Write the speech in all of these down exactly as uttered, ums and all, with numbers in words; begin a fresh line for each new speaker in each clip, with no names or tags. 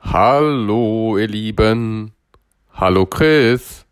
Hallo, ihr Lieben. Hallo, Chris.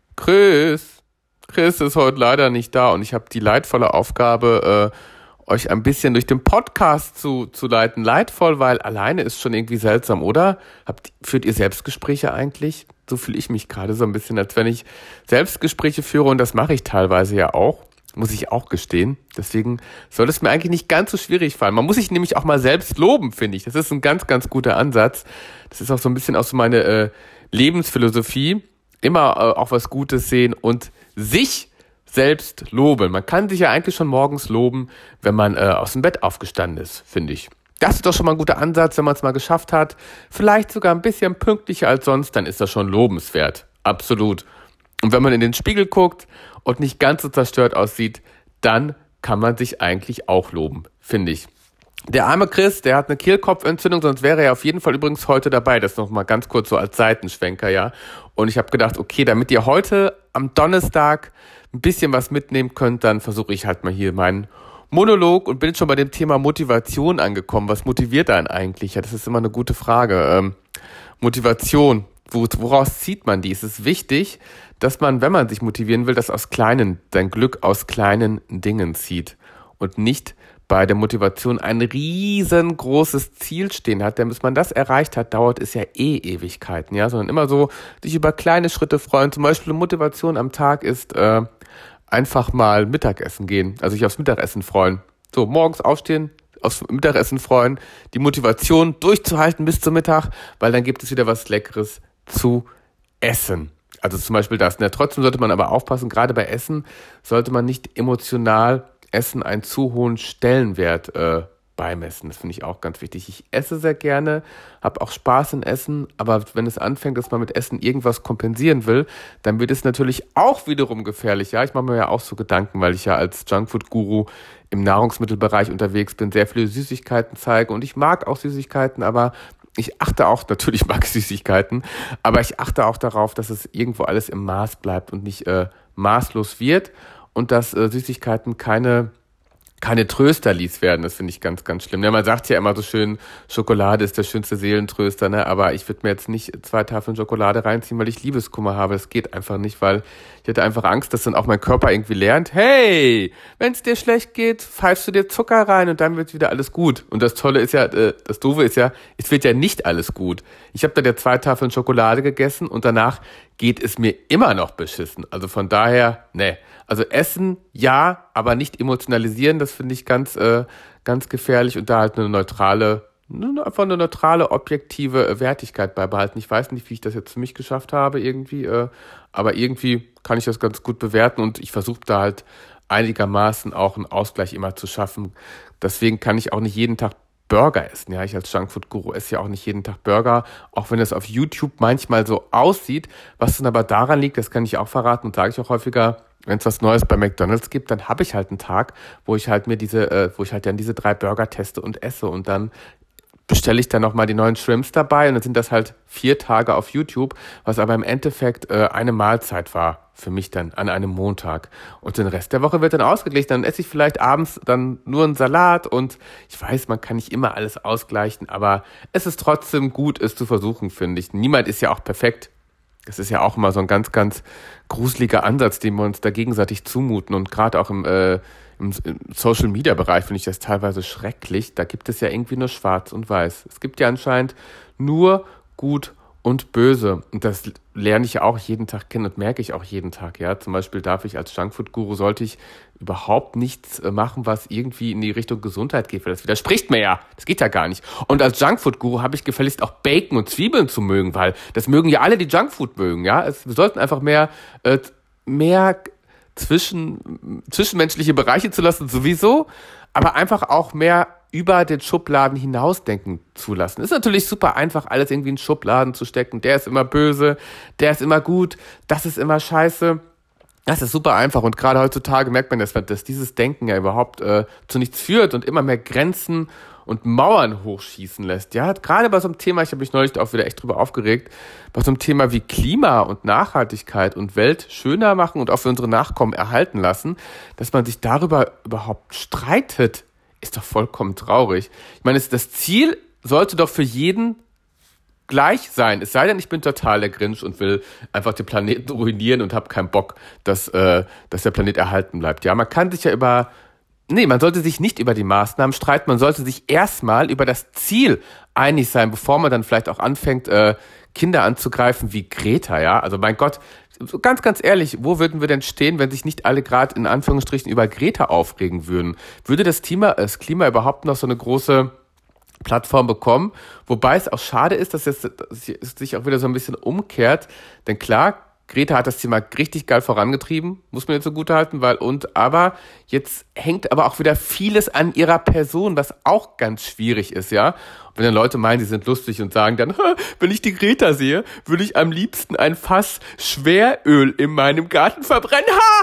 Chris. Chris ist heute leider nicht da und ich habe die leidvolle Aufgabe, äh, euch ein bisschen durch den Podcast zu, zu leiten. Leidvoll, weil alleine ist schon irgendwie seltsam, oder? Habt, führt ihr Selbstgespräche eigentlich? So fühle ich mich gerade so ein bisschen, als wenn ich Selbstgespräche führe und das mache ich teilweise ja auch. Muss ich auch gestehen. Deswegen soll es mir eigentlich nicht ganz so schwierig fallen. Man muss sich nämlich auch mal selbst loben, finde ich. Das ist ein ganz, ganz guter Ansatz. Das ist auch so ein bisschen auch so meine äh, Lebensphilosophie. Immer äh, auch was Gutes sehen und sich selbst loben. Man kann sich ja eigentlich schon morgens loben, wenn man äh, aus dem Bett aufgestanden ist, finde ich. Das ist doch schon mal ein guter Ansatz, wenn man es mal geschafft hat. Vielleicht sogar ein bisschen pünktlicher als sonst, dann ist das schon lobenswert. Absolut. Und wenn man in den Spiegel guckt und nicht ganz so zerstört aussieht, dann kann man sich eigentlich auch loben, finde ich. Der arme Chris, der hat eine Kehlkopfentzündung, sonst wäre er auf jeden Fall übrigens heute dabei. Das noch mal ganz kurz so als Seitenschwenker, ja. Und ich habe gedacht, okay, damit ihr heute am Donnerstag ein bisschen was mitnehmen könnt, dann versuche ich halt mal hier meinen Monolog und bin schon bei dem Thema Motivation angekommen. Was motiviert einen eigentlich? Ja, das ist immer eine gute Frage. Ähm, Motivation, wo, woraus zieht man die? Es ist wichtig, dass man, wenn man sich motivieren will, das aus kleinen, sein Glück aus kleinen Dingen zieht und nicht bei der Motivation ein riesengroßes Ziel stehen hat, denn bis man das erreicht hat, dauert es ja eh Ewigkeiten, ja, sondern immer so sich über kleine Schritte freuen. Zum Beispiel Motivation am Tag ist äh, einfach mal Mittagessen gehen, also sich aufs Mittagessen freuen. So, morgens aufstehen, aufs Mittagessen freuen, die Motivation durchzuhalten bis zum Mittag, weil dann gibt es wieder was Leckeres zu essen. Also zum Beispiel das. Ja, trotzdem sollte man aber aufpassen, gerade bei Essen sollte man nicht emotional Essen einen zu hohen Stellenwert äh, beimessen. Das finde ich auch ganz wichtig. Ich esse sehr gerne, habe auch Spaß in Essen, aber wenn es anfängt, dass man mit Essen irgendwas kompensieren will, dann wird es natürlich auch wiederum gefährlich. Ja, ich mache mir ja auch so Gedanken, weil ich ja als Junkfood-Guru im Nahrungsmittelbereich unterwegs bin, sehr viele Süßigkeiten zeige und ich mag auch Süßigkeiten, aber ich achte auch, natürlich mag ich Süßigkeiten, aber ich achte auch darauf, dass es irgendwo alles im Maß bleibt und nicht äh, maßlos wird und dass äh, Süßigkeiten keine keine Trösterlis werden. Das finde ich ganz, ganz schlimm. Ja, man sagt ja immer so schön, Schokolade ist der schönste Seelentröster, ne? Aber ich würde mir jetzt nicht zwei Tafeln Schokolade reinziehen, weil ich Liebeskummer habe. Das geht einfach nicht, weil ich hätte einfach Angst, dass dann auch mein Körper irgendwie lernt, hey, wenn es dir schlecht geht, pfeifst du dir Zucker rein und dann wird wieder alles gut. Und das Tolle ist ja, äh, das Doofe ist ja, es wird ja nicht alles gut. Ich habe dann ja zwei Tafeln Schokolade gegessen und danach geht es mir immer noch beschissen. Also von daher, ne. Also Essen, ja, aber nicht emotionalisieren, das finde ich ganz, äh, ganz gefährlich und da halt eine neutrale, einfach eine neutrale, objektive Wertigkeit beibehalten. Ich weiß nicht, wie ich das jetzt für mich geschafft habe irgendwie, äh, aber irgendwie kann ich das ganz gut bewerten und ich versuche da halt einigermaßen auch einen Ausgleich immer zu schaffen. Deswegen kann ich auch nicht jeden Tag Burger essen. Ja, ich als Junkfood-Guru esse ja auch nicht jeden Tag Burger, auch wenn es auf YouTube manchmal so aussieht. Was dann aber daran liegt, das kann ich auch verraten und sage ich auch häufiger, wenn es was Neues bei McDonald's gibt, dann habe ich halt einen Tag, wo ich halt mir diese, äh, wo ich halt dann diese drei Burger teste und esse und dann bestelle ich dann nochmal die neuen Shrimps dabei und dann sind das halt vier Tage auf YouTube, was aber im Endeffekt äh, eine Mahlzeit war für mich dann an einem Montag. Und den Rest der Woche wird dann ausgeglichen. Dann esse ich vielleicht abends dann nur einen Salat und ich weiß, man kann nicht immer alles ausgleichen, aber es ist trotzdem gut, es zu versuchen, finde ich. Niemand ist ja auch perfekt. Das ist ja auch immer so ein ganz, ganz gruseliger Ansatz, den wir uns da gegenseitig zumuten und gerade auch im äh, Im Social-Media-Bereich finde ich das teilweise schrecklich. Da gibt es ja irgendwie nur schwarz und weiß. Es gibt ja anscheinend nur gut und böse. Und das lerne ich ja auch jeden Tag kennen und merke ich auch jeden Tag. Ja, zum Beispiel darf ich als Junkfood-Guru, sollte ich überhaupt nichts machen, was irgendwie in die Richtung Gesundheit geht. Weil das widerspricht mir ja. Das geht ja gar nicht. Und als Junkfood-Guru habe ich gefälligst auch Bacon und Zwiebeln zu mögen, weil das mögen ja alle, die Junkfood mögen. Ja, es, wir sollten einfach mehr, äh, mehr zwischen, zwischenmenschliche Bereiche zu lassen, sowieso, aber einfach auch mehr über den Schubladen hinausdenken zu lassen. Ist natürlich super einfach, alles irgendwie in Schubladen zu stecken. Der ist immer böse, der ist immer gut, das ist immer scheiße. Das ist super einfach und gerade heutzutage merkt man, dass, dass dieses Denken ja überhaupt äh, zu nichts führt und immer mehr Grenzen und Mauern hochschießen lässt. Ja, gerade bei so einem Thema, ich habe mich neulich auch wieder echt drüber aufgeregt, bei so einem Thema wie Klima und Nachhaltigkeit und Welt schöner machen und auch für unsere Nachkommen erhalten lassen, dass man sich darüber überhaupt streitet, ist doch vollkommen traurig. Ich meine, das Ziel sollte doch für jeden gleich sein. Es sei denn, ich bin total der Grinch und will einfach den Planeten ruinieren und habe keinen Bock, dass, äh, dass der Planet erhalten bleibt. Ja, man kann sich ja über, nee, man sollte sich nicht über die Maßnahmen streiten, man sollte sich erstmal über das Ziel einig sein, bevor man dann vielleicht auch anfängt, äh, Kinder anzugreifen wie Greta, ja. Also mein Gott, so ganz, ganz ehrlich, wo würden wir denn stehen, wenn sich nicht alle gerade in Anführungsstrichen über Greta aufregen würden? Würde das Klima, das Klima überhaupt noch so eine große Plattform bekommen, wobei es auch schade ist, dass es sich auch wieder so ein bisschen umkehrt, denn klar, Greta hat das Thema richtig geil vorangetrieben, muss man jetzt so gut halten, weil und aber jetzt hängt aber auch wieder vieles an ihrer Person, was auch ganz schwierig ist, ja. Und wenn dann Leute meinen, sie sind lustig und sagen dann, wenn ich die Greta sehe, würde ich am liebsten ein Fass Schweröl in meinem Garten verbrennen.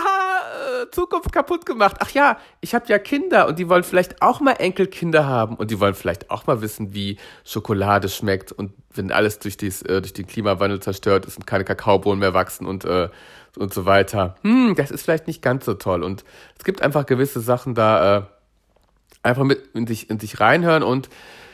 Haha, Zukunft kaputt gemacht. Ach ja, ich habe ja Kinder und die wollen vielleicht auch mal Enkelkinder haben und die wollen vielleicht auch mal wissen, wie Schokolade schmeckt und wenn alles durch, dies, äh, durch den Klimawandel zerstört ist und keine Kakaobohnen mehr wachsen und äh, und so weiter. Hm, das ist vielleicht nicht ganz so toll. Und es gibt einfach gewisse Sachen da, äh, einfach mit in sich, in sich reinhören und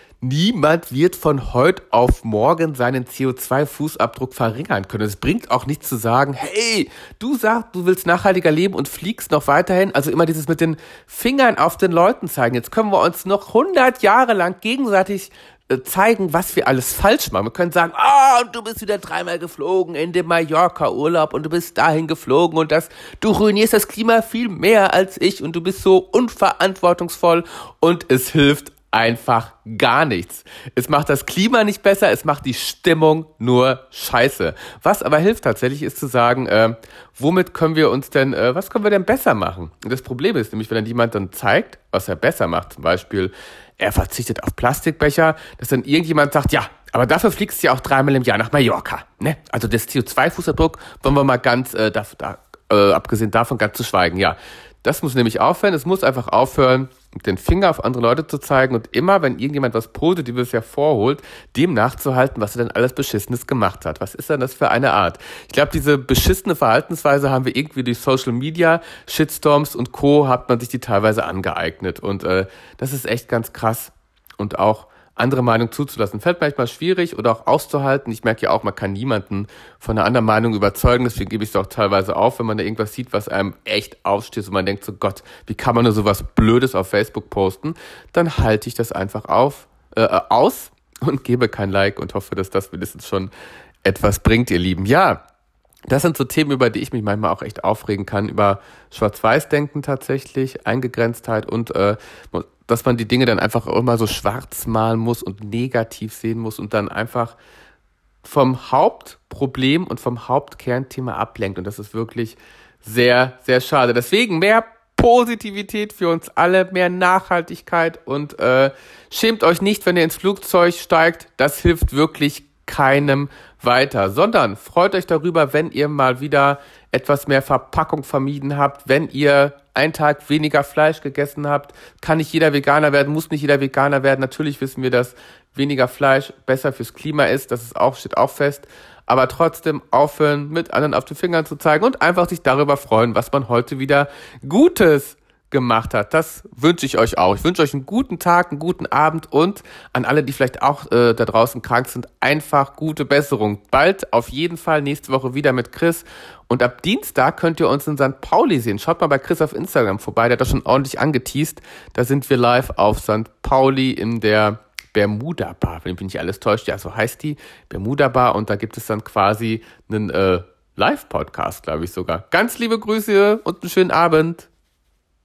niemand wird von heute auf morgen seinen C O zwei Fußabdruck verringern können. Es bringt auch nichts zu sagen, hey, du sagst, du willst nachhaltiger leben und fliegst noch weiterhin. Also immer dieses mit den Fingern auf den Leuten zeigen. Jetzt können wir uns noch hundert Jahre lang gegenseitig zeigen, was wir alles falsch machen. Wir können sagen, ah, oh, du bist wieder dreimal geflogen in den Mallorca-Urlaub und du bist dahin geflogen und das, du ruinierst das Klima viel mehr als ich und du bist so unverantwortungsvoll und es hilft einfach gar nichts. Es macht das Klima nicht besser, es macht die Stimmung nur scheiße. Was aber hilft tatsächlich ist zu sagen, äh, womit können wir uns denn, äh, was können wir denn besser machen? Und das Problem ist nämlich, wenn dann jemand dann zeigt, was er besser macht, zum Beispiel, er verzichtet auf Plastikbecher, dass dann irgendjemand sagt, ja, aber dafür fliegst du ja auch dreimal im Jahr nach Mallorca, ne? Also das C O zwei Fußabdruck wollen wir mal ganz, äh, da, da, äh, abgesehen davon ganz zu schweigen, ja. Das muss nämlich aufhören, es muss einfach aufhören, den Finger auf andere Leute zu zeigen und immer, wenn irgendjemand was Positives hervorholt, dem nachzuhalten, was er denn alles Beschissenes gemacht hat. Was ist denn das für eine Art? Ich glaube, diese beschissene Verhaltensweise haben wir irgendwie durch Social Media, Shitstorms und Co. hat man sich die teilweise angeeignet und äh, das ist echt ganz krass und auch andere Meinung zuzulassen. Fällt manchmal schwierig oder auch auszuhalten. Ich merke ja auch, man kann niemanden von einer anderen Meinung überzeugen, deswegen gebe ich es auch teilweise auf, wenn man da irgendwas sieht, was einem echt aufstößt und man denkt so, Gott, wie kann man nur sowas Blödes auf Facebook posten? Dann halte ich das einfach auf, äh, aus und gebe kein Like und hoffe, dass das mindestens schon etwas bringt, ihr Lieben. Ja, das sind so Themen, über die ich mich manchmal auch echt aufregen kann, über Schwarz-Weiß-Denken tatsächlich, Eingegrenztheit und äh, dass man die Dinge dann einfach immer so schwarz malen muss und negativ sehen muss und dann einfach vom Hauptproblem und vom Hauptkernthema ablenkt. Und das ist wirklich sehr, sehr schade. Deswegen mehr Positivität für uns alle, mehr Nachhaltigkeit und äh, schämt euch nicht, wenn ihr ins Flugzeug steigt. Das hilft wirklich keinem weiter, sondern freut euch darüber, wenn ihr mal wieder etwas mehr Verpackung vermieden habt, wenn ihr einen Tag weniger Fleisch gegessen habt. Kann nicht jeder Veganer werden, muss nicht jeder Veganer werden. Natürlich wissen wir, dass weniger Fleisch besser fürs Klima ist, das ist auch, steht auch fest. Aber trotzdem aufhören, mit anderen auf die Fingern zu zeigen und einfach sich darüber freuen, was man heute wieder Gutes gemacht hat. Das wünsche ich euch auch. Ich wünsche euch einen guten Tag, einen guten Abend und an alle, die vielleicht auch äh, da draußen krank sind, einfach gute Besserung. Bald auf jeden Fall nächste Woche wieder mit Chris und ab Dienstag könnt ihr uns in Sankt Pauli sehen. Schaut mal bei Chris auf Instagram vorbei, der hat das schon ordentlich angeteast. Da sind wir live auf Sankt Pauli in der Bermuda Bar, wenn mich nicht alles täuscht. Ja, so heißt die, Bermuda Bar und da gibt es dann quasi einen äh, Live-Podcast, glaube ich sogar. Ganz liebe Grüße und einen schönen Abend.